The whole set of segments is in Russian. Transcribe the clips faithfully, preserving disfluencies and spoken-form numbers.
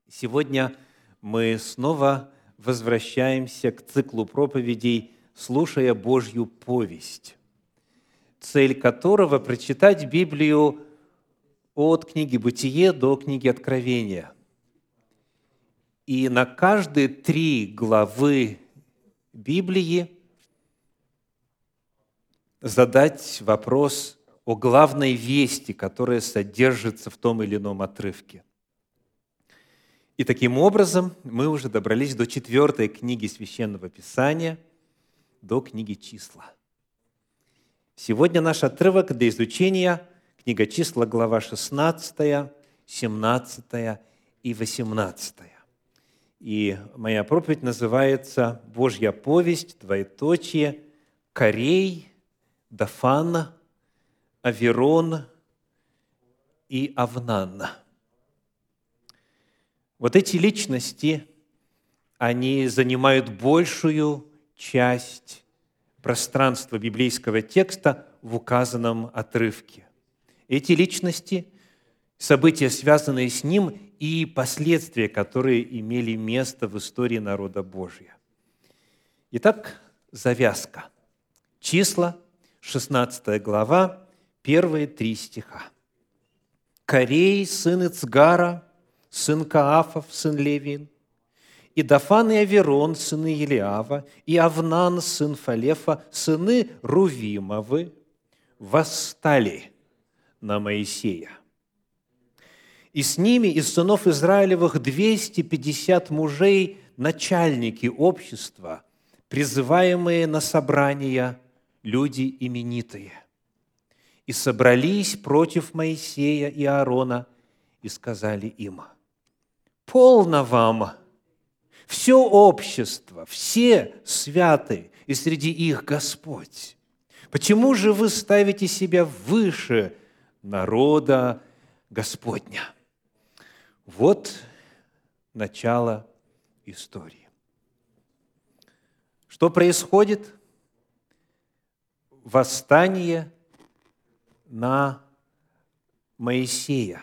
Сегодня мы снова возвращаемся к циклу проповедей «Слушая Божью повесть», цель которого – прочитать Библию от книги «Бытие» до книги «Откровения». И на каждые три главы Библии задать вопрос о главной вести, которая содержится в том или ином отрывке. И таким образом мы уже добрались до четвертой книги Священного Писания, до книги «Числа». Сегодня наш отрывок для изучения – книга «Числа», глава шестнадцатая, семнадцатая и восемнадцатая. И моя проповедь называется «Божья повесть, двоеточие, Корей, Дафан, Аверон и Авнан». Вот эти личности, они занимают большую часть пространства библейского текста в указанном отрывке. Эти личности, события, связанные с ним, и последствия, которые имели место в истории народа Божия. Итак, завязка. Числа, шестнадцатая глава, первые три стиха. «Корей, сын Ицгара, сын Каафов, сын Левин, и Дафан и Аверон, сыны Елиава, и Авнан, сын Фалефа, сыны Рувимовы, восстали на Моисея. И с ними из сынов Израилевых двести пятьдесят мужей, начальники общества, призываемые на собрания, люди именитые. И собрались против Моисея и Аарона, и сказали им: полно вам, все общество, все святы, и среди их Господь. Почему же вы ставите себя выше народа Господня? Вот начало истории. Что происходит? Восстание на Моисея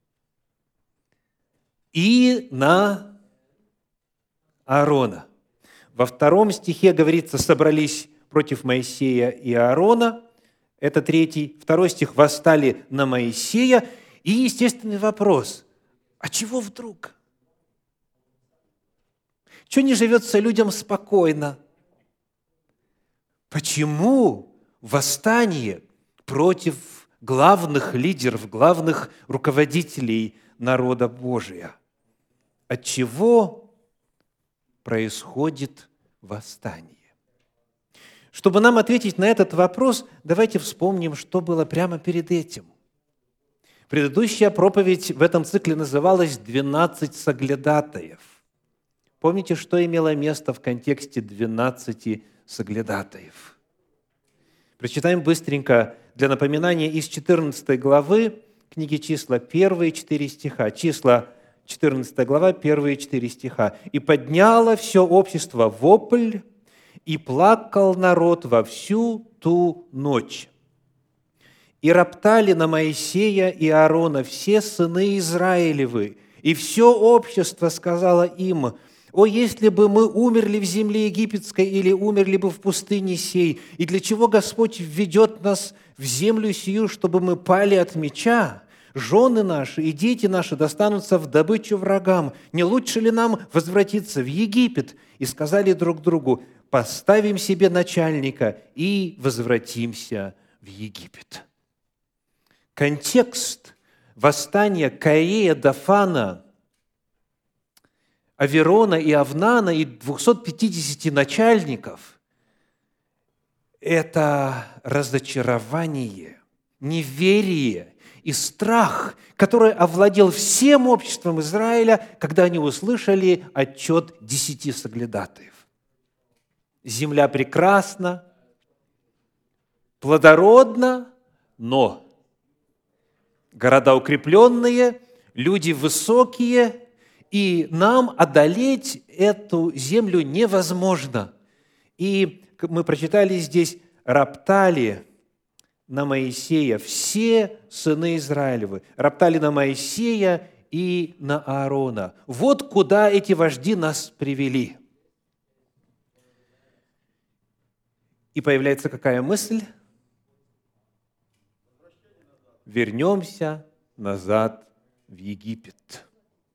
и на Аарона. Во втором стихе говорится: собрались против Моисея и Аарона. Это третий. Второй стих: восстали на Моисея. И естественный вопрос: а чего вдруг? Чего не живется людям спокойно? Почему восстание против главных лидеров, главных руководителей народа Божия? От чего происходит восстание? Чтобы нам ответить на этот вопрос, давайте вспомним, что было прямо перед этим. Предыдущая проповедь в этом цикле называлась «двенадцать соглядатаев». Помните, что имело место в контексте двенадцати соглядатаев? Прочитаем быстренько для напоминания из четырнадцатой главы книги «Числа», первые четыре стиха. Числа, четырнадцатая глава, первые четыре стиха. «И подняло все общество вопль, и плакал народ во всю ту ночь. И роптали на Моисея и Аарона все сыны Израилевы, и все общество сказало им: о, если бы мы умерли в земле египетской или умерли бы в пустыне сей, и для чего Господь введет нас в землю сию, чтобы мы пали от меча? Жены наши и дети наши достанутся в добычу врагам. Не лучше ли нам возвратиться в Египет? И сказали друг другу: поставим себе начальника и возвратимся в Египет». Контекст восстания Корея, Дафана, Аверона и Авнана и двухсот пятидесяти начальников – это разочарование, неверие и страх, который овладел всем обществом Израиля, когда они услышали отчет десяти соглядатаев. Земля прекрасна, плодородна, но города укрепленные, люди высокие, и нам одолеть эту землю невозможно. И мы прочитали здесь: роптали на Моисея все сыны Израилевы, роптали на Моисея и на Аарона. Вот куда эти вожди нас привели. И появляется какая мысль? Вернемся назад в Египет.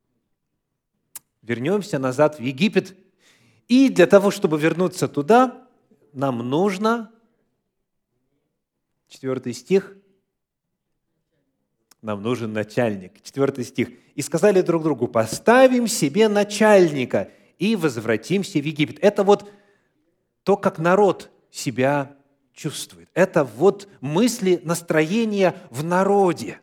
Вернемся назад в Египет. И для того, чтобы вернуться туда, нам нужно, четвертый стих, нам нужен начальник. Четвертый стих. «И сказали друг другу, поставим себе начальника и возвратимся в Египет». Это вот то, как народ себя чувствует. Это вот мысли, настроения в народе.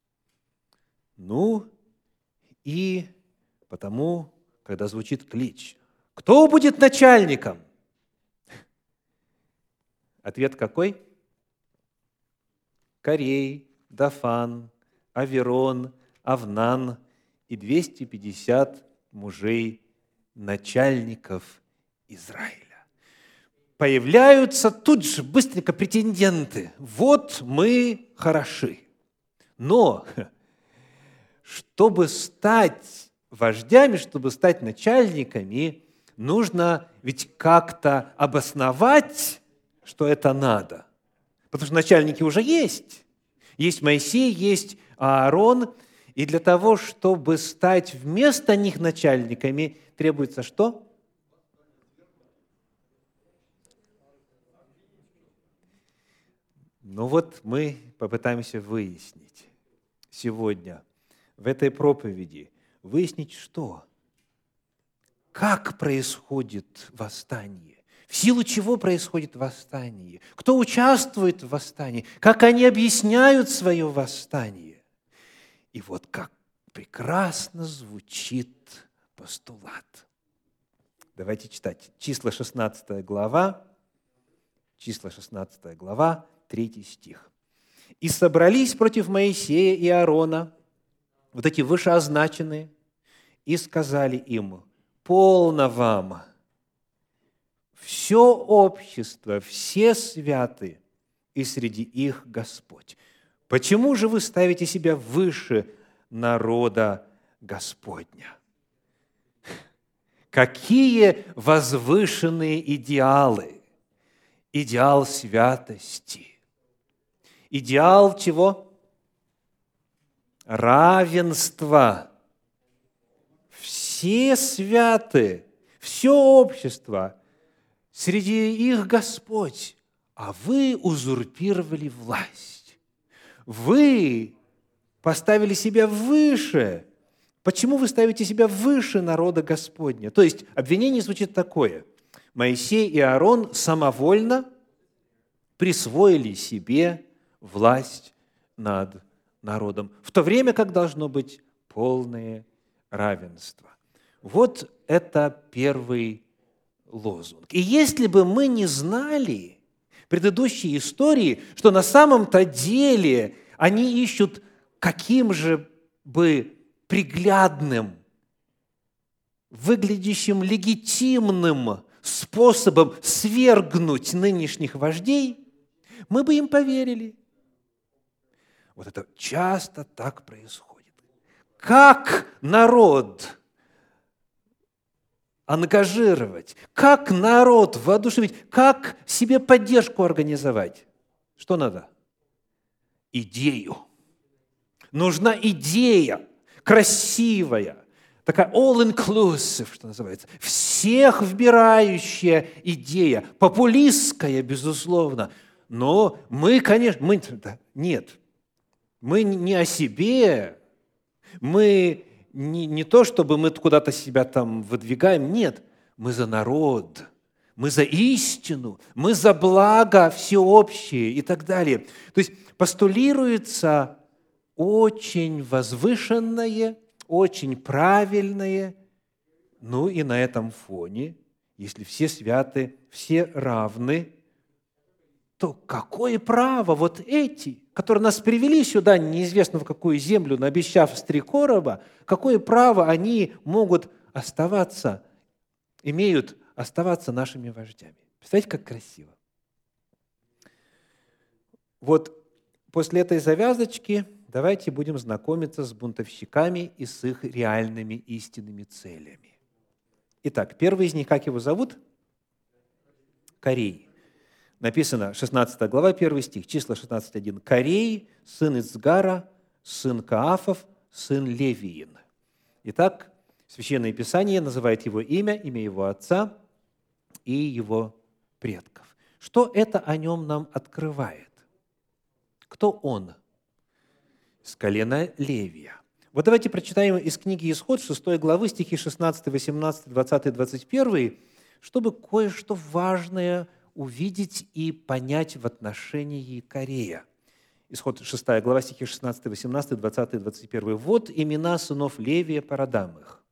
Ну, и потому, когда звучит клич, кто будет начальником? Ответ какой? Корей, Дафан, Аверон, Авнан и двести пятьдесят мужей, начальников Израиля. Появляются тут же быстренько претенденты. Вот мы хороши. Но чтобы стать вождями, чтобы стать начальниками, нужно ведь как-то обосновать, что это надо. Потому что начальники уже есть. Есть Моисей, есть Аарон. И для того, чтобы стать вместо них начальниками, требуется что? Ну вот мы попытаемся выяснить сегодня в этой проповеди, выяснить что? Как происходит восстание? В силу чего происходит восстание? Кто участвует в восстании? Как они объясняют свое восстание? И вот как прекрасно звучит постулат. Давайте читать. Числа шестнадцатая глава, числа шестнадцатая глава, третий стих. «И собрались против Моисея и Аарона, вот эти вышеозначенные, и сказали им, полно вам, все общество, все святы, и среди их Господь. Почему же вы ставите себя выше народа Господня?» Какие возвышенные идеалы! Идеал святости. Идеал чего? Равенства. Все святы, все общество, среди их Господь, а вы узурпировали власть. Вы поставили себя выше. Почему вы ставите себя выше народа Господня? То есть обвинение звучит такое. Моисей и Аарон самовольно присвоили себе власть над народом, в то время как должно быть полное равенство. Вот это первый лозунг. И если бы мы не знали предыдущей истории, что на самом-то деле они ищут каким же бы приглядным, выглядящим легитимным способом свергнуть нынешних вождей, мы бы им поверили. Вот это часто так происходит. Как народ ангажировать, как народ воодушевить, как себе поддержку организовать? Что надо? Идею. Нужна идея, красивая, такая all-inclusive, что называется, всех вбирающая идея, популистская, безусловно. Но мы, конечно, мы, да, нет, мы не о себе, мы не, не то, чтобы мы куда-то себя там выдвигаем, нет, мы за народ, мы за истину, мы за благо всеобщее и так далее. То есть постулируется очень возвышенное, очень правильное, ну и на этом фоне, если все святы, все равны, то какое право вот эти, которые нас привели сюда, неизвестно в какую землю, наобещав с три короба, какое право они могут оставаться, имеют оставаться нашими вождями? Представляете, как красиво. Вот после этой завязочки давайте будем знакомиться с бунтовщиками и с их реальными истинными целями. Итак, первый из них, как его зовут? Корей. Написано, шестнадцатая глава, первый стих, числа шестнадцать один. «Корей, сын Ицгара, сын Каафов, сын Левиин». Итак, Священное Писание называет его имя, имя его отца и его предков. Что это о нем нам открывает? Кто он? С колена Левия. Вот давайте прочитаем из книги «Исход» шестой главы, стихи шестнадцать, восемнадцать, двадцать, двадцать один, чтобы кое-что важное увидеть и понять в отношении Корея. Исход шестая глава, стихи шестнадцать, восемнадцать, двадцать, двадцать один. «Вот имена сынов Левия по родам их.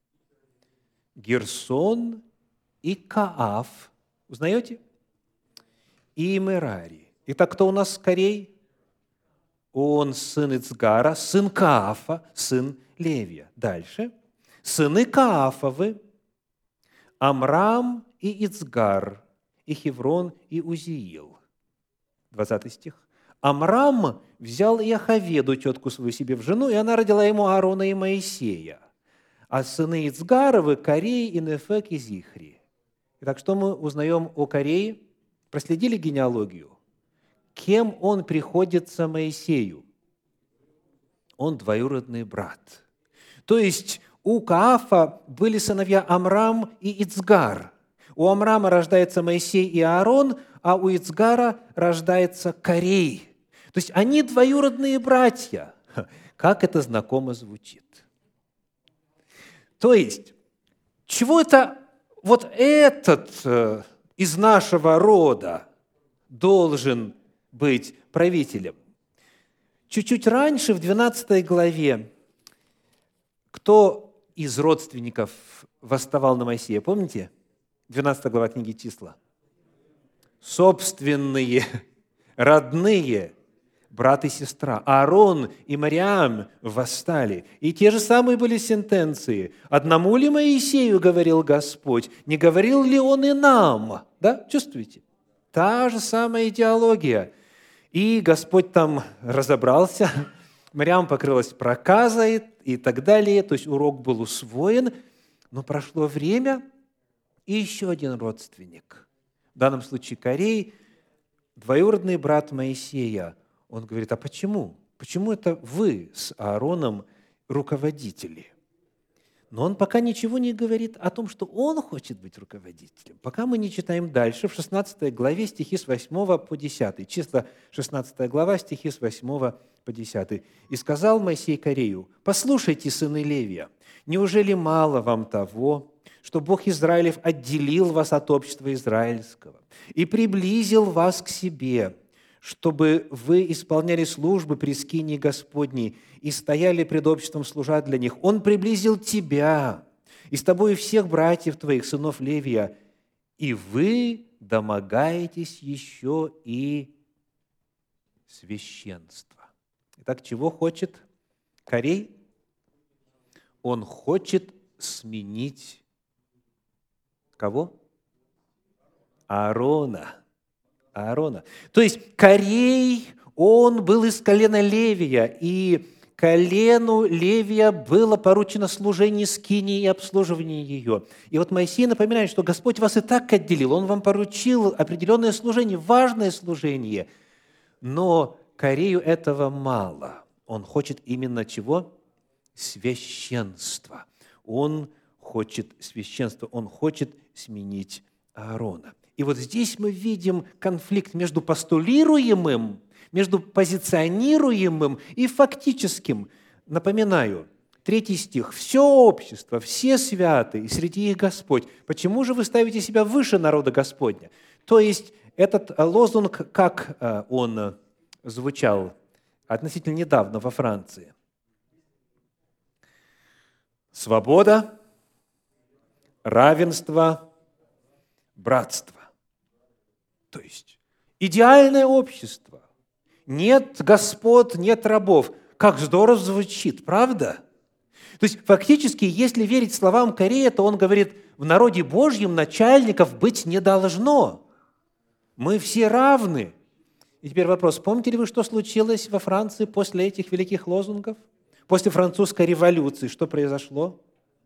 Герсон и Кааф». Узнаете? И Мерари. Итак, кто у нас Корей? Он сын Ицгара, сын Каафа, сын Левия. Дальше. Сыны Каафовы, Амрам и Ицгар, и Хеврон и Узиил. двадцатый стих. Амрам взял Иохаведу, тетку свою, себе в жену, и она родила ему Аарона и Моисея. А сыны Ицгаровы – Корей и Нефек и Зихри. Итак, что мы узнаем о Корее? Проследили генеалогию? Кем он приходится Моисею? Он двоюродный брат. То есть у Каафа были сыновья Амрам и Ицгар. У Амрама рождается Моисей и Аарон, а у Ицгара рождается Корей. То есть они двоюродные братья. Как это знакомо звучит. То есть, чего это вот этот э, из нашего рода должен быть правителем? Чуть-чуть раньше, в двенадцатой главе, кто из родственников восставал на Моисея, помните? двенадцатая глава книги «Числа». Собственные, родные, брат и сестра. Аарон и Мариам восстали. И те же самые были сентенции. «Одному ли Моисею, говорил Господь, не говорил ли он и нам?» Да, чувствуете? Та же самая идеология. И Господь там разобрался, Мариам покрылась проказой и так далее, то есть урок был усвоен, но прошло время, и еще один родственник, в данном случае Корей, двоюродный брат Моисея, он говорит, а почему? Почему это вы с Аароном руководители? Но он пока ничего не говорит о том, что он хочет быть руководителем. Пока мы не читаем дальше, в шестнадцатой главе стихи с восьмого по десятый. Числа шестнадцатая глава, стихи с восьмого по десятый. «И сказал Моисей Корею, послушайте, сыны Левия, неужели мало вам того, что Бог Израилев отделил вас от общества израильского и приблизил вас к себе, чтобы вы исполняли службы при скинии Господней и стояли пред обществом, служа для них. Он приблизил тебя и с тобой всех братьев твоих, сынов Левия, и вы домогаетесь еще и священства». Итак, чего хочет Корей? Он хочет сменить кого? Аарона. Аарона. То есть Корей, он был из колена Левия, и колену Левия было поручено служение скинии и обслуживание ее. И вот Моисей напоминает, что Господь вас и так отделил, Он вам поручил определенное служение, важное служение, но Корею этого мало. Он хочет именно чего? Священства. Он хочет священства, он хочет сменить Аарона. И вот здесь мы видим конфликт между постулируемым, между позиционируемым и фактическим. Напоминаю, третий стих. «Все общество, все святые, и среди их Господь. Почему же вы ставите себя выше народа Господня?» То есть этот лозунг, как он звучал относительно недавно во Франции? Свобода, равенство, братство. То есть идеальное общество. Нет господ, нет рабов. Как здорово звучит, правда? То есть фактически, если верить словам Корея, то он говорит, в народе Божьем начальников быть не должно. Мы все равны. И теперь вопрос, помните ли вы, что случилось во Франции после этих великих лозунгов? После французской революции что произошло?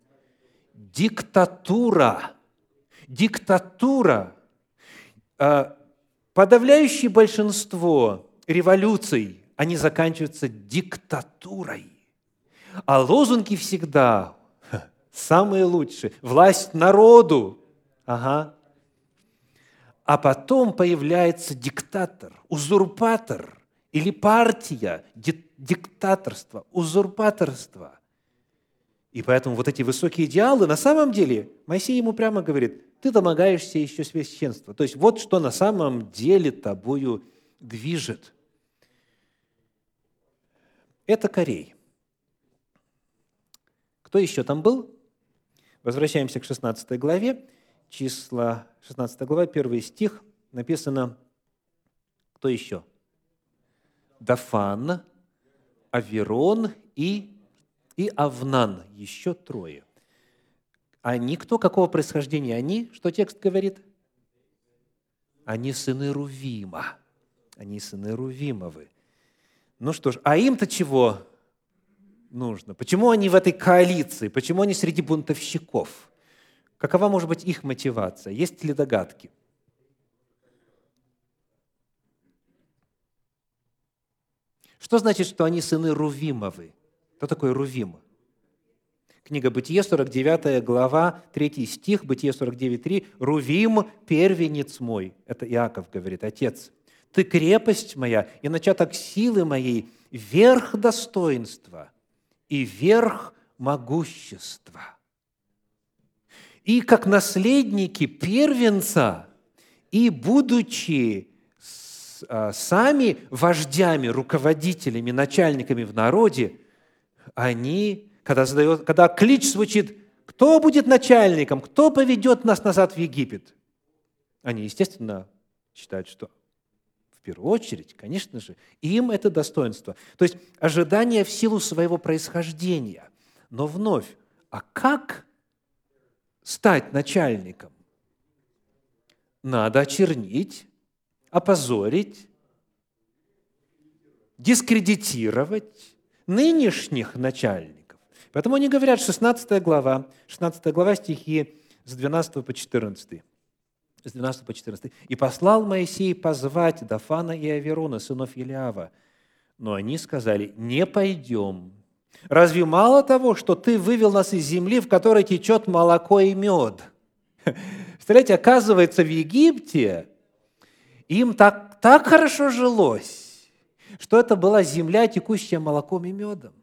Диктатура. Диктатура. Подавляющее большинство революций, они заканчиваются диктатурой. А лозунги всегда самые лучшие. Власть народу. Ага. А потом появляется диктатор, узурпатор или партия, диктаторство, узурпаторство. И поэтому вот эти высокие идеалы, на самом деле, Моисей ему прямо говорит, ты домогаешься еще священства. То есть вот что на самом деле тобою движет. Это Корей. Кто еще там был? Возвращаемся к шестнадцатой главе. Числа, шестнадцатая глава, первый стих. Написано, кто еще? Дафан, Аверон и, и Авнан. Еще трое. Они кто? Какого происхождения они? Что текст говорит? Они сыны Рувима. Они сыны Рувимовы. Ну что ж, а им-то чего нужно? Почему они в этой коалиции? Почему они среди бунтовщиков? Какова может быть их мотивация? Есть ли догадки? Что значит, что они сыны Рувимовы? Кто такой Рувим? Книга Бытие, сорок девятая глава, третий стих, Бытие сорок девять три. «Рувим, первенец мой». Это Иаков говорит, отец. «Ты крепость моя и начаток силы моей, верх достоинства и верх могущества». И как наследники первенца, и будучи сами вождями, руководителями, начальниками в народе, они, когда, задает, когда клич звучит, кто будет начальником, кто поведет нас назад в Египет, они, естественно, считают, что в первую очередь, конечно же, им это достоинство. То есть ожидание в силу своего происхождения. Но вновь, а как стать начальником? Надо очернить, опозорить, дискредитировать нынешних начальников. Поэтому они говорят, шестнадцатая глава, шестнадцатая глава, стихи с двенадцатого по четырнадцатый. С двенадцатого по четырнадцатый. «И послал Моисей позвать Дафана и Аверона, сынов Елиава. Но они сказали, не пойдем. Разве мало того, что ты вывел нас из земли, в которой течет молоко и мед?» Представляете, оказывается, в Египте им так, так хорошо жилось, что это была земля, текущая молоком и медом.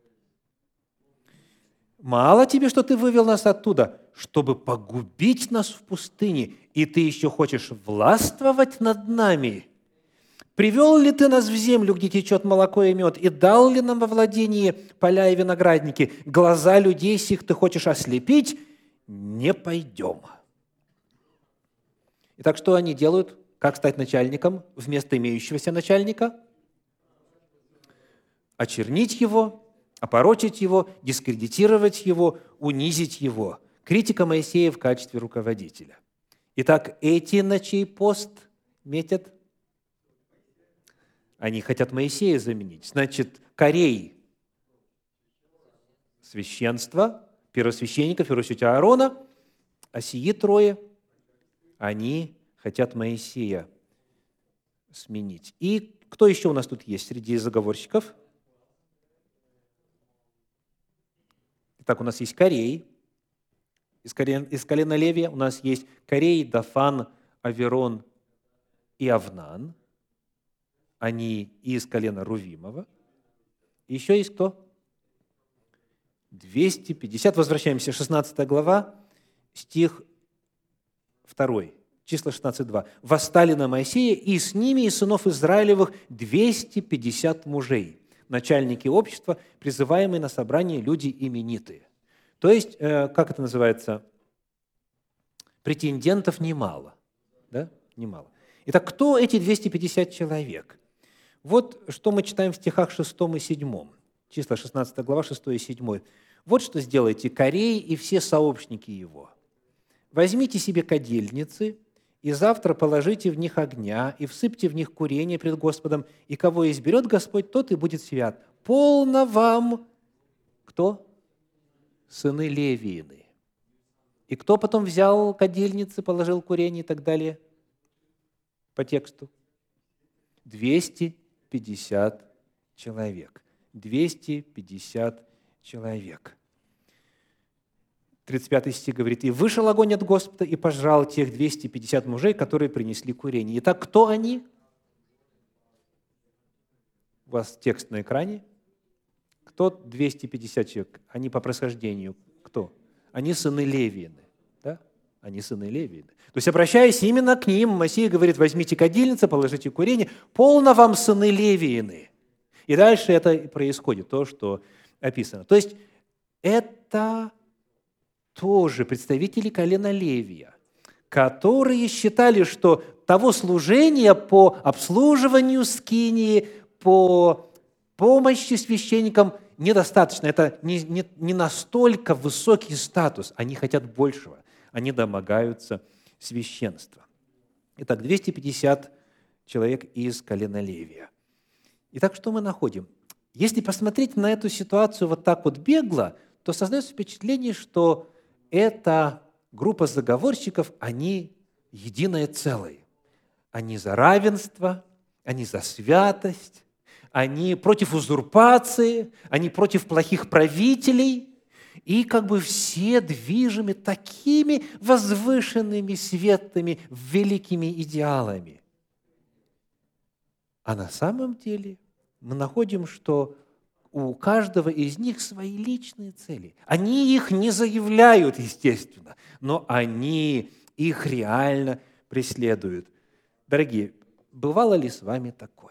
Мало тебе, что ты вывел нас оттуда, чтобы погубить нас в пустыне, и ты еще хочешь властвовать над нами? Привел ли ты нас в землю, где течет молоко и мед, и дал ли нам во владение поля и виноградники? Глаза людей сих ты хочешь ослепить? Не пойдем. Итак, что они делают? Как стать начальником вместо имеющегося начальника? Очернить его, опорочить его, дискредитировать его, унизить его. Критика Моисея в качестве руководителя. Итак, эти на чей пост метят? Они хотят Моисея заменить. Значит, Корей – священство, первосвященников, первосвященника Аарона, а сии трое – они хотят Моисея сменить. И кто еще у нас тут есть среди заговорщиков? Итак, у нас есть Корей, из колена, из колена Левия у нас есть Корей, Дафан, Аверон и Авнан. Они из колена Рувимова. И еще есть кто? двести пятьдесят. Возвращаемся, шестнадцатая глава, стих второй. Числа шестнадцать два. «Восстали на Моисея, и с ними из сынов Израилевых двести пятьдесят мужей, начальники общества, призываемые на собрание люди именитые». То есть, как это называется, претендентов немало. Да? Немало. Итак, кто эти двести пятьдесят человек? Вот что мы читаем в стихах шестом и седьмом. Числа шестнадцатая глава, шестой и седьмой. «Вот что сделайте Корей и все сообщники его. Возьмите себе кадильницы и завтра положите в них огня, и всыпьте в них курение пред Господом, и кого изберет Господь, тот и будет свят. Полно вам...» Кто? Сыны Левиины. И кто потом взял кадильницы, положил курение и так далее? По тексту. двести пятьдесят человек. двести пятьдесят человек. тридцать пятый стих говорит: «И вышел огонь от Господа, и пожрал тех двести пятьдесят мужей, которые принесли курение». Итак, кто они? У вас текст на экране. Кто двести пятьдесят человек? Они по происхождению кто? Они сыны Левиины. Да? Они сыны Левиины. То есть, обращаясь именно к ним, Моисей говорит: возьмите кадильницы, положите курение, полно вам, сыны Левиины. И дальше это происходит, то, что описано. То есть, это тоже представители колена Левия, которые считали, что того служения по обслуживанию скинии, по помощи священникам недостаточно. Это не, не, не настолько высокий статус. Они хотят большего. Они домогаются священства. Итак, двести пятьдесят человек из колена Левия. Итак, что мы находим? Если посмотреть на эту ситуацию вот так вот бегло, то создается впечатление, что эта группа заговорщиков, они единое целое. Они за равенство, они за святость, они против узурпации, они против плохих правителей, и как бы все движимы такими возвышенными, светлыми, великими идеалами. А на самом деле мы находим, что у каждого из них свои личные цели. Они их не заявляют, естественно, но они их реально преследуют. Дорогие, бывало ли с вами такое?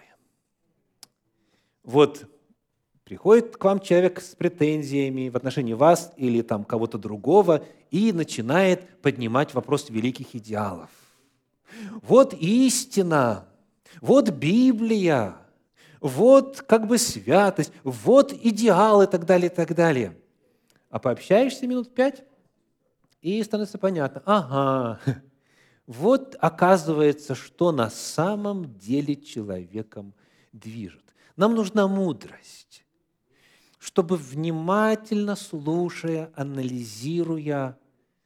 Вот приходит к вам человек с претензиями в отношении вас или там кого-то другого и начинает поднимать вопрос великих идеалов. Вот истина, вот Библия, вот как бы святость, вот идеал и так далее, и так далее. А пообщаешься минут пять, и становится понятно, ага, вот оказывается, что на самом деле человеком движет. Нам нужна мудрость, чтобы внимательно слушая, анализируя,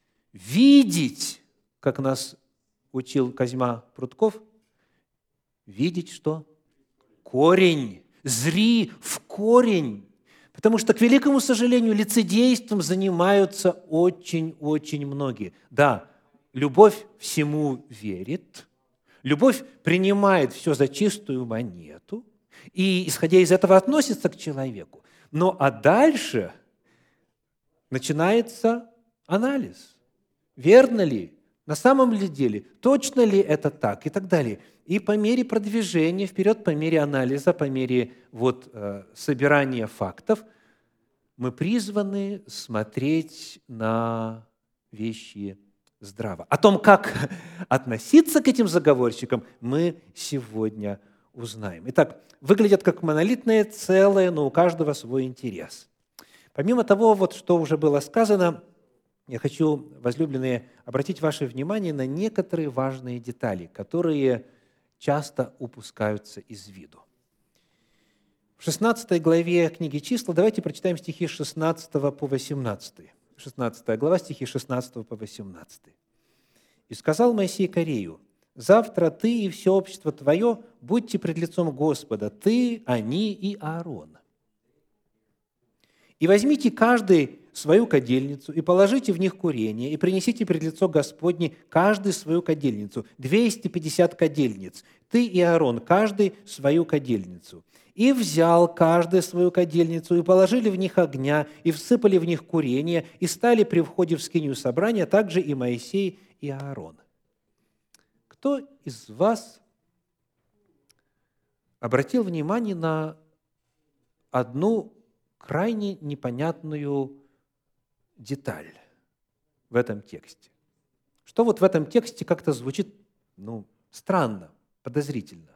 видеть, как нас учил Козьма Прутков, видеть что? Корень. Зри в корень. Потому что, к великому сожалению, лицедейством занимаются очень-очень многие. Да, любовь всему верит, любовь принимает все за чистую монету и, исходя из этого, относится к человеку. Но а дальше начинается анализ. Верно ли? На самом ли деле? Точно ли это так? И так далее. И по мере продвижения вперед, по мере анализа, по мере вот, э, собирания фактов, мы призваны смотреть на вещи здраво. О том, как относиться к этим заговорщикам, мы сегодня узнаем. Итак, выглядят как монолитное целое, но у каждого свой интерес. Помимо того, вот, что уже было сказано, я хочу, возлюбленные, обратить ваше внимание на некоторые важные детали, которые часто упускаются из виду. В шестнадцатой главе книги «Числа» давайте прочитаем стихи с шестнадцатого по восемнадцатый. шестнадцатая глава, стихи с шестнадцатого по восемнадцатый. «И сказал Моисей Корею: завтра ты и все общество твое будьте пред лицом Господа, ты, они и Аарон. И возьмите каждый свою кадильницу, и положите в них курение, и принесите пред лицо Господне каждый свою кадильницу, двести пятьдесят кадильниц, ты и Аарон, каждый свою кадильницу. И взял каждый свою кадильницу, и положили в них огня, и всыпали в них курение, и стали при входе в скинию собрания, также и Моисей и Аарон». Кто из вас обратил внимание на одну крайне непонятную деталь в этом тексте? Что вот в этом тексте как-то звучит, ну, странно, подозрительно.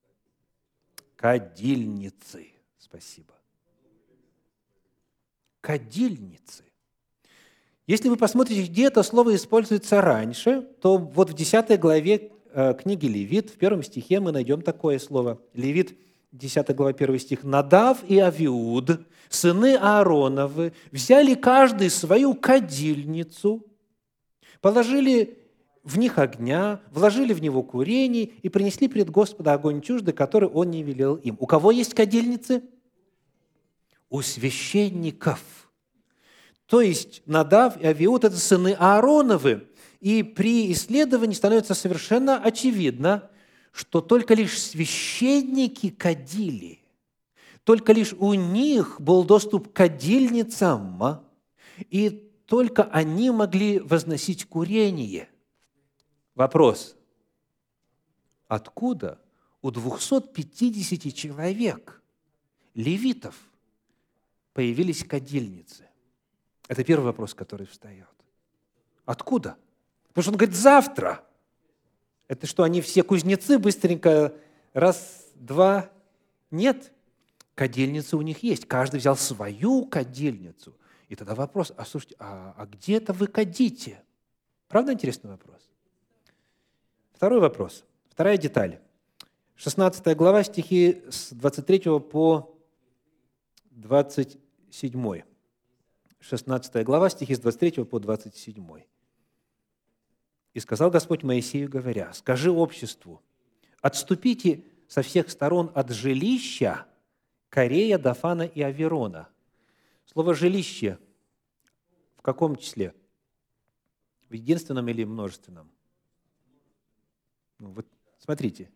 Кадильницы. Спасибо. Кадильницы. Если вы посмотрите, где это слово используется раньше, то вот в десятой главе э, книги Левит, в первом стихе мы найдем такое слово. Левит, десятая глава, первый стих. «Надав и Авиуд, сыны Аароновы, взяли каждый свою кадильницу, положили в них огня, вложили в него курение и принесли пред Господа огонь чуждый, который он не велел им». У кого есть кадильницы? У священников. То есть Надав и Авиуд – это сыны Аароновы. И при исследовании становится совершенно очевидно, что только лишь священники кадили, только лишь у них был доступ к кадильницам, и только они могли возносить курение. Вопрос: откуда у двухсот пятидесяти человек, левитов, появились кадильницы? Это первый вопрос, который встает. Откуда? Потому что он говорит, завтра. Это что, они все кузнецы быстренько раз, два? Нет. Кадильницы у них есть. Каждый взял свою кадильницу. И тогда вопрос, а слушайте, а, а где это вы кадите? Правда интересный вопрос? Второй вопрос. Вторая деталь. шестнадцатая глава, стихи с двадцать третьего по двадцать седьмой. шестнадцатая глава, стихи с двадцать третьего по двадцать седьмой. «И сказал Господь Моисею, говоря, скажи обществу, отступите со всех сторон от жилища Корея, Дафана и Аверона». Слово «жилище» в каком числе? В единственном или множественном? Ну, вот смотрите.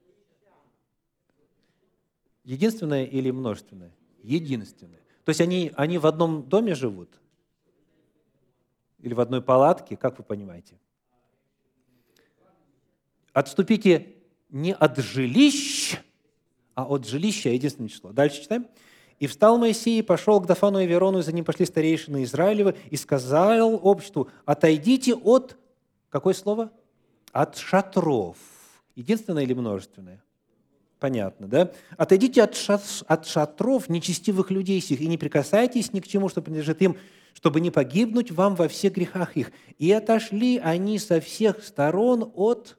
Единственное или множественное? Единственное. То есть они, они в одном доме живут? Или в одной палатке? Как вы понимаете? Отступите не от жилищ, а от жилища, единственное число. Дальше читаем. «И встал Моисей, и пошел к Дафану и Аверону, и за ним пошли старейшины Израилевы, и сказал обществу, отойдите от...» Какое слово? От шатров. Единственное или множественное? Понятно, да? «Отойдите от, шат, от шатров нечестивых людей сих, и не прикасайтесь ни к чему, что принадлежит им, чтобы не погибнуть вам во всех грехах их. И отошли они со всех сторон от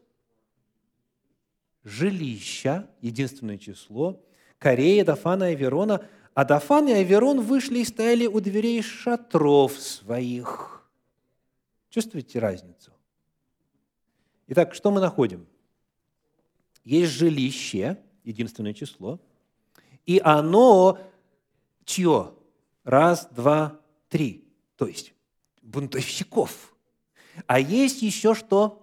жилища», единственное число, Корея, Дафана и Аверона, а Дафан и Аверон вышли и стояли у дверей шатров своих. Чувствуете разницу? Итак, что мы находим? Есть жилище, единственное число, и оно чье? Раз, два, три. То есть бунтовщиков. А есть еще что?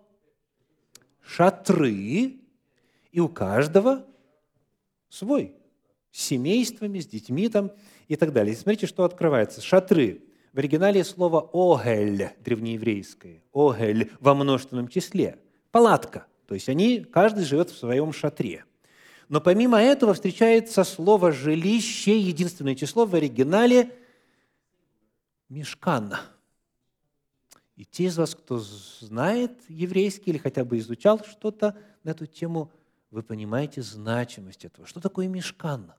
Шатры, и у каждого свой, с семействами, с детьми там и так далее. И смотрите, что открывается. Шатры. В оригинале слово «огель», древнееврейское. «Огель» во множественном числе. Палатка. То есть они, каждый живет в своем шатре. Но помимо этого встречается слово «жилище», единственное число в оригинале «мишкан». И те из вас, кто знает еврейский или хотя бы изучал что-то на эту тему, вы понимаете значимость этого. Что такое мишкан?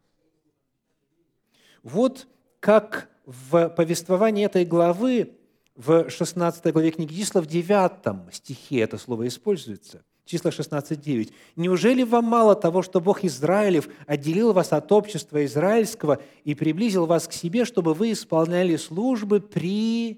Вот как в повествовании этой главы, в шестнадцатой главе книги числа, в девятом стихе это слово используется. Числа шестнадцать девять. «Неужели вам мало того, что Бог Израилев отделил вас от общества израильского и приблизил вас к себе, чтобы вы исполняли службы при...»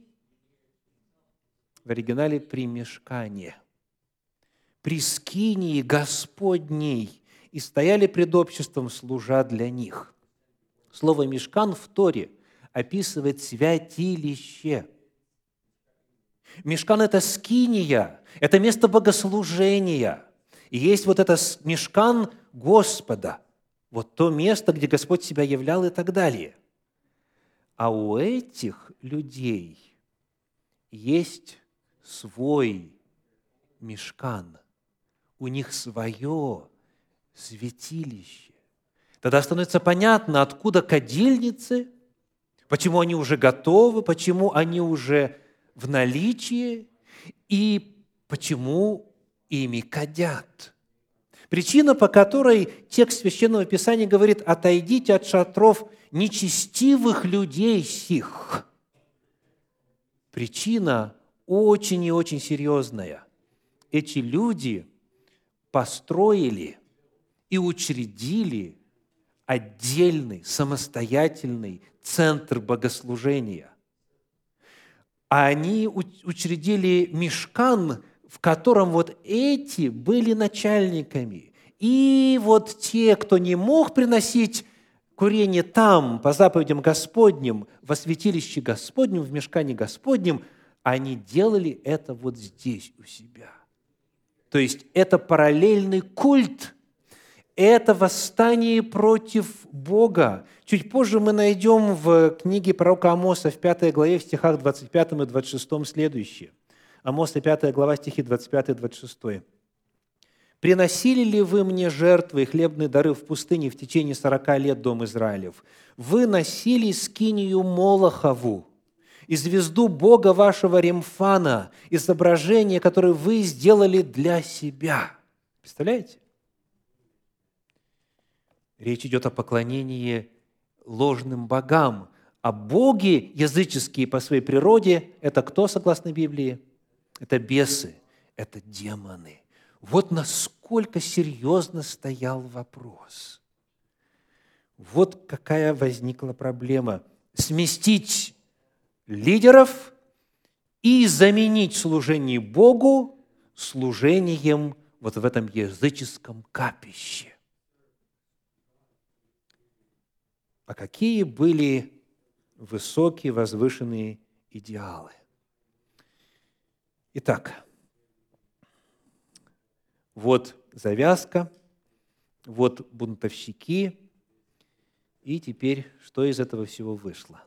В оригинале «при мишкане». «При скинии Господней, и стояли пред обществом, служа для них». Слово «мишкан» в Торе описывает святилище. Мишкан – это скиния, это место богослужения. И есть вот это мишкан Господа, вот то место, где Господь себя являл и так далее. А у этих людей есть свой мишкан. У них свое святилище. Тогда становится понятно, откуда кадильницы, почему они уже готовы, почему они уже в наличии и почему ими кадят. Причина, по которой текст Священного Писания говорит «отойдите от шатров нечестивых людей сих». причина очень и очень серьезная. Эти люди построили и учредили отдельный, самостоятельный центр богослужения. А они учредили мишкан, в котором вот эти были начальниками. И вот те, кто не мог приносить курение там, по заповедям Господним, во святилище Господнем, в мишкане Господнем, они делали это вот здесь у себя. То есть это параллельный культ, это восстание против Бога. Чуть позже мы найдем в книге пророка Амоса в пятой главе, в стихах двадцать пятом и двадцать шестом следующее. Амоса пятая глава, стихи двадцать пятый и двадцать шестой. «Приносили ли вы мне жертвы и хлебные дары в пустыне в течение сорока лет, дом Израилев? Вы носили скинию Молохову и звезду Бога вашего Ремфана, изображение, которое вы сделали для себя». Представляете? Речь идет о поклонении ложным богам. А боги языческие по своей природе – это кто, согласно Библии? Это бесы, это демоны. Вот насколько серьезно стоял вопрос. Вот какая возникла проблема. Сместить лидеров и заменить служение Богу служением вот в этом языческом капище. А какие были высокие, возвышенные идеалы? Итак, вот завязка, вот бунтовщики, и теперь что из этого всего вышло?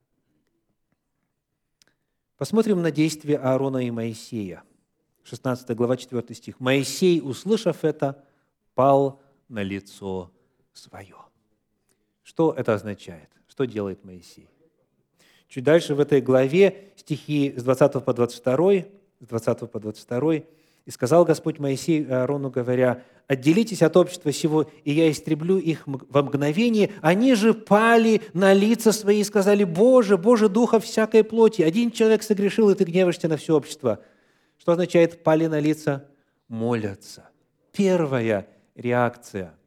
Посмотрим на действия Аарона и Моисея. шестнадцатая глава, четвёртый стих. «Моисей, услышав это, пал на лицо свое». Что это означает? Что делает Моисей? Чуть дальше в этой главе стихи с двадцатого по двадцать второй, с двадцатого по двадцать второй. «И сказал Господь Моисею и Аарону, говоря: отделитесь от общества сего, и я истреблю их во мгновение. Они же пали на лица свои и сказали: Боже, Боже, духа всякой плоти. Один человек согрешил, и ты гневаешься на все общество». Что означает «пали на лица»? Молятся. Первая реакция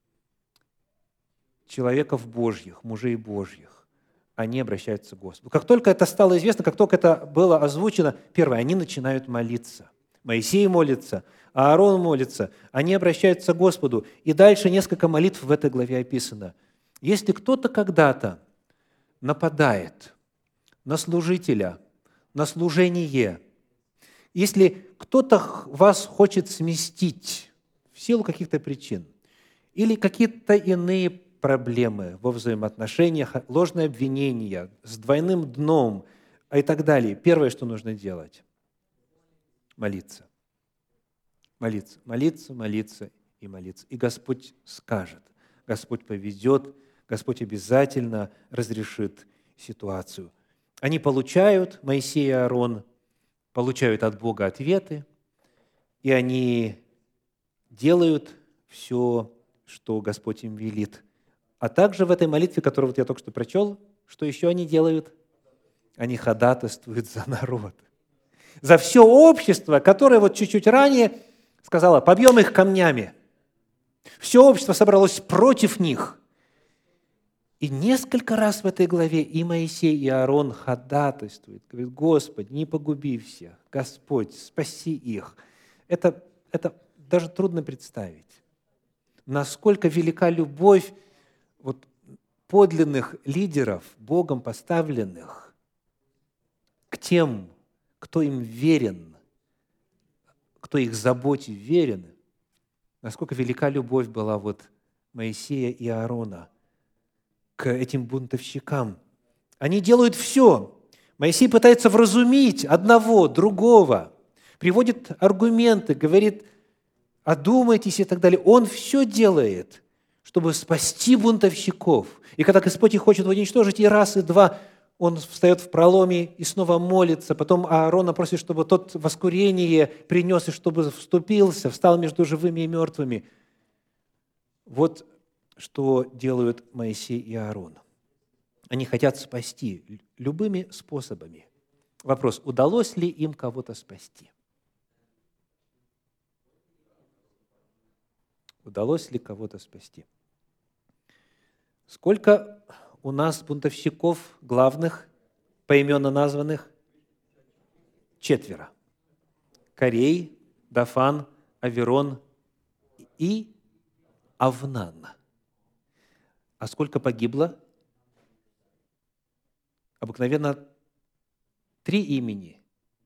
человеков Божьих, мужей Божьих, они обращаются к Господу. Как только это стало известно, как только это было озвучено, первое, они начинают молиться. Моисей молится, Аарон молится, они обращаются к Господу. И дальше несколько молитв в этой главе описано. Если кто-то когда-то нападает на служителя, на служение, если кто-то вас хочет сместить в силу каких-то причин или какие-то иные проблемы во взаимоотношениях, ложные обвинения с двойным дном и так далее, первое, что нужно делать – молиться. Молиться, молиться, молиться и молиться. И Господь скажет, Господь поведет, Господь обязательно разрешит ситуацию. Они получают, Моисей и Аарон, получают от Бога ответы, и они делают все, что Господь им велит. А также в этой молитве, которую вот я только что прочел, что еще они делают? Они ходатайствуют за народ. За все общество, которое вот чуть-чуть ранее сказало: побьем их камнями. Все общество собралось против них. И несколько раз в этой главе и Моисей, и Аарон ходатайствуют. Говорит: Господи, не погуби всех. Господь, спаси их. Это, это даже трудно представить. Насколько велика любовь вот подлинных лидеров, Богом поставленных, к тем, кто им верен, кто их заботе верен, насколько велика любовь была вот Моисея и Аарона к этим бунтовщикам. Они делают все. Моисей пытается вразумить одного, другого, приводит аргументы, говорит: одумайтесь и так далее. Он все делает, чтобы спасти бунтовщиков. И когда Господь их хочет уничтожить и раз, и два, он встает в проломе и снова молится. Потом Аарона просит, чтобы тот воскурение принес, и чтобы вступился, встал между живыми и мертвыми. Вот что делают Моисей и Аарон. Они хотят спасти любыми способами. Вопрос, удалось ли им кого-то спасти? Удалось ли кого-то спасти? Сколько у нас бунтовщиков главных, поименно названных? Четверо. Корей, Дафан, Аверон и Авнан. А сколько погибло? Обыкновенно три имени.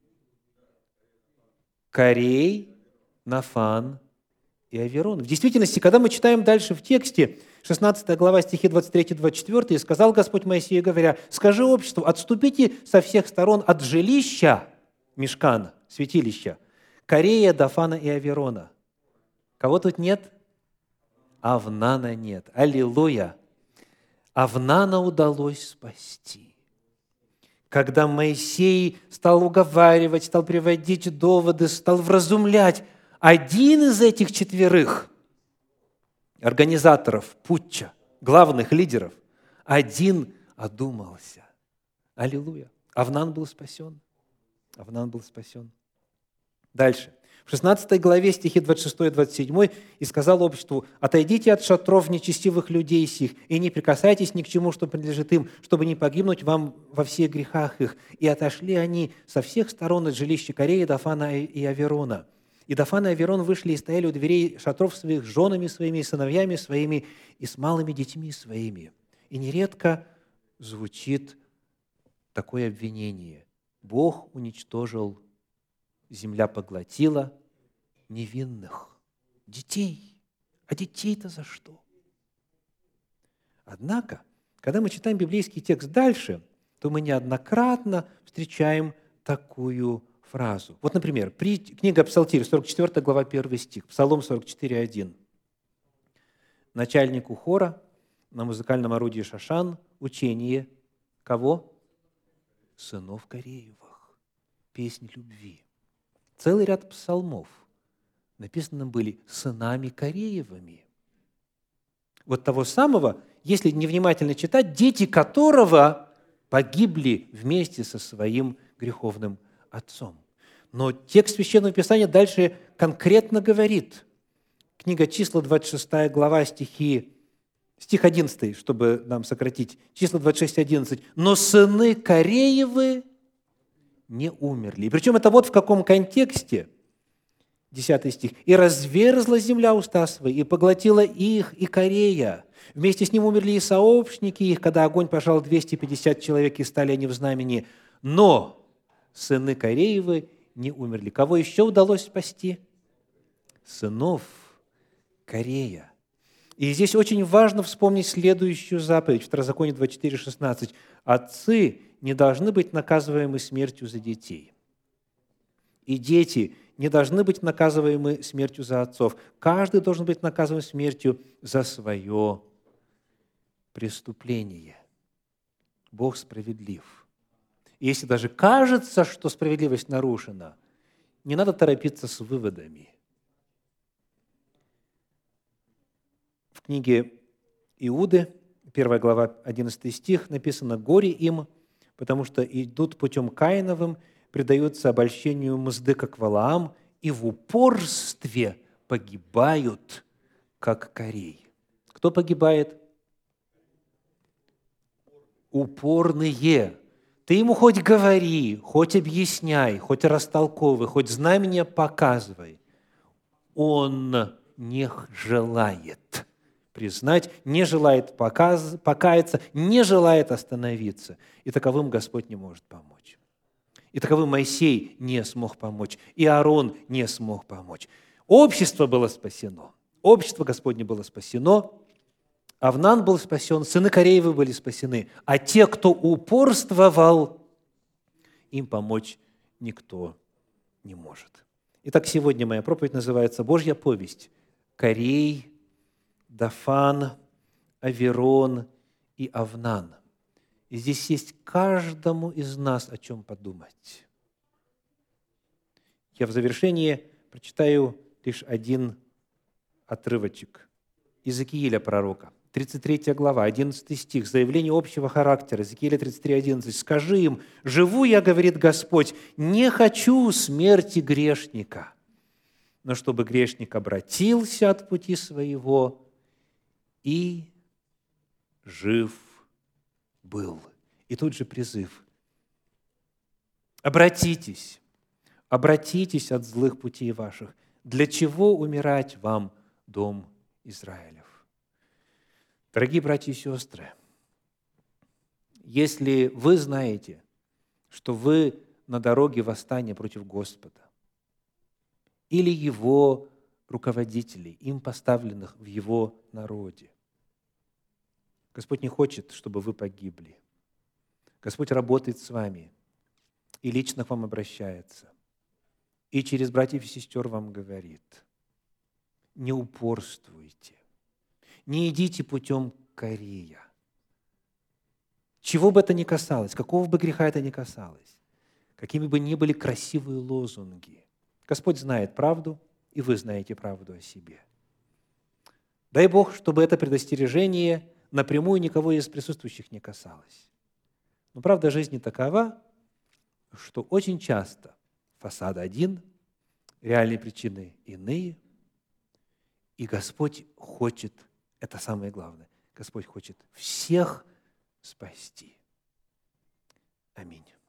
Корей, Нафан и Аверон. В действительности, когда мы читаем дальше в тексте, шестнадцатая глава, стихи двадцать три двадцать четыре, «Сказал Господь Моисею, говоря, скажи обществу, отступите со всех сторон от жилища Мишкана, святилища, Корея, Дафана и Аверона». Кого тут нет? Авнана нет. Аллилуйя! Авнана удалось спасти. Когда Моисей стал уговаривать, стал приводить доводы, стал вразумлять, один из этих четверых организаторов путча, главных лидеров, один одумался. Аллилуйя! Авнан был спасен. Авнан был спасен. Дальше. В шестнадцатой главе, стихи двадцать шесть двадцать семь, «И сказал обществу, отойдите от шатров нечестивых людей сих, и не прикасайтесь ни к чему, что принадлежит им, чтобы не погибнуть вам во всех грехах их. И отошли они со всех сторон от жилища Кореи, Дафана и Аверона. И Дафан и Аверон вышли и стояли у дверей шатров своих с женами своими, и сыновьями своими, и с малыми детьми своими». И нередко звучит такое обвинение. Бог уничтожил, земля поглотила невинных детей. А детей-то за что? Однако, когда мы читаем библейский текст дальше, то мы неоднократно встречаем такую фразу. Вот, например, при книга Псалтирь, сорок четвёртая глава, первый стих, Псалом сорок четыре один. Начальнику хора на музыкальном орудии шашан учение кого? Сынов Кореевых. Песнь любви. Целый ряд псалмов написаны были сынами Кореевыми. Вот того самого, если невнимательно читать, дети которого погибли вместе со своим греховным отцом. Но текст Священного Писания дальше конкретно говорит. Книга Числа, двадцать шестая глава, стихи, стих одиннадцатый, чтобы нам сократить. Числа двадцать шесть одиннадцать. «Но сыны Кореевы не умерли». И причем это вот в каком контексте. десятый стих. «И разверзла земля уста свои, и поглотила их, и Корея. Вместе с ним умерли и сообщники их, когда огонь пожал двести пятьдесят человек, и стали они в знамени. Но сыны Кореевы не умерли». Кого еще удалось спасти? Сынов Корея. И здесь очень важно вспомнить следующую заповедь, Второзаконие двадцать четыре шестнадцать. «Отцы не должны быть наказываемы смертью за детей, и дети не должны быть наказываемы смертью за отцов. Каждый должен быть наказан смертью за свое преступление». Бог справедлив. И если даже кажется, что справедливость нарушена, не надо торопиться с выводами. В книге Иуды, первая глава, одиннадцатый стих, написано: «Горе им, потому что идут путем Каиновым, предаются обольщению мзды, как Валаам, и в упорстве погибают, как Корей». Кто погибает? Упорные. Ты ему хоть говори, хоть объясняй, хоть растолковывай, хоть знамения показывай. Он не желает признать, не желает показ, покаяться, не желает остановиться. И таковым Господь не может помочь. И таковым Моисей не смог помочь, и Аарон не смог помочь. Общество было спасено, общество Господне было спасено, Авнан был спасен, сыны Кореевы были спасены, а те, кто упорствовал, им помочь никто не может. Итак, сегодня моя проповедь называется «Божья повесть. Корей, Дафан, Аверон и Авнан». И здесь есть каждому из нас о чем подумать. Я в завершении прочитаю лишь один отрывочек Иезекииля пророка, тридцать третья глава, одиннадцатый стих, заявление общего характера, Иезекииля тридцать три, одиннадцать. «Скажи им, живу я, говорит Господь, не хочу смерти грешника, но чтобы грешник обратился от пути своего и жив был». И тут же призыв: обратитесь, обратитесь от злых путей ваших. Для чего умирать вам, дом Израилев? Дорогие братья и сестры, если вы знаете, что вы на дороге восстания против Господа или Его руководителей, им поставленных в Его народе, Господь не хочет, чтобы вы погибли. Господь работает с вами и лично к вам обращается. И через братьев и сестер вам говорит: не упорствуйте, не идите путем Кория. Чего бы это ни касалось, какого бы греха это ни касалось, какими бы ни были красивые лозунги, Господь знает правду, и вы знаете правду о себе. Дай Бог, чтобы это предостережение напрямую никого из присутствующих не касалось. Но правда жизни такова, что очень часто фасад один, реальные причины иные, и Господь хочет, это самое главное, Господь хочет всех спасти. Аминь.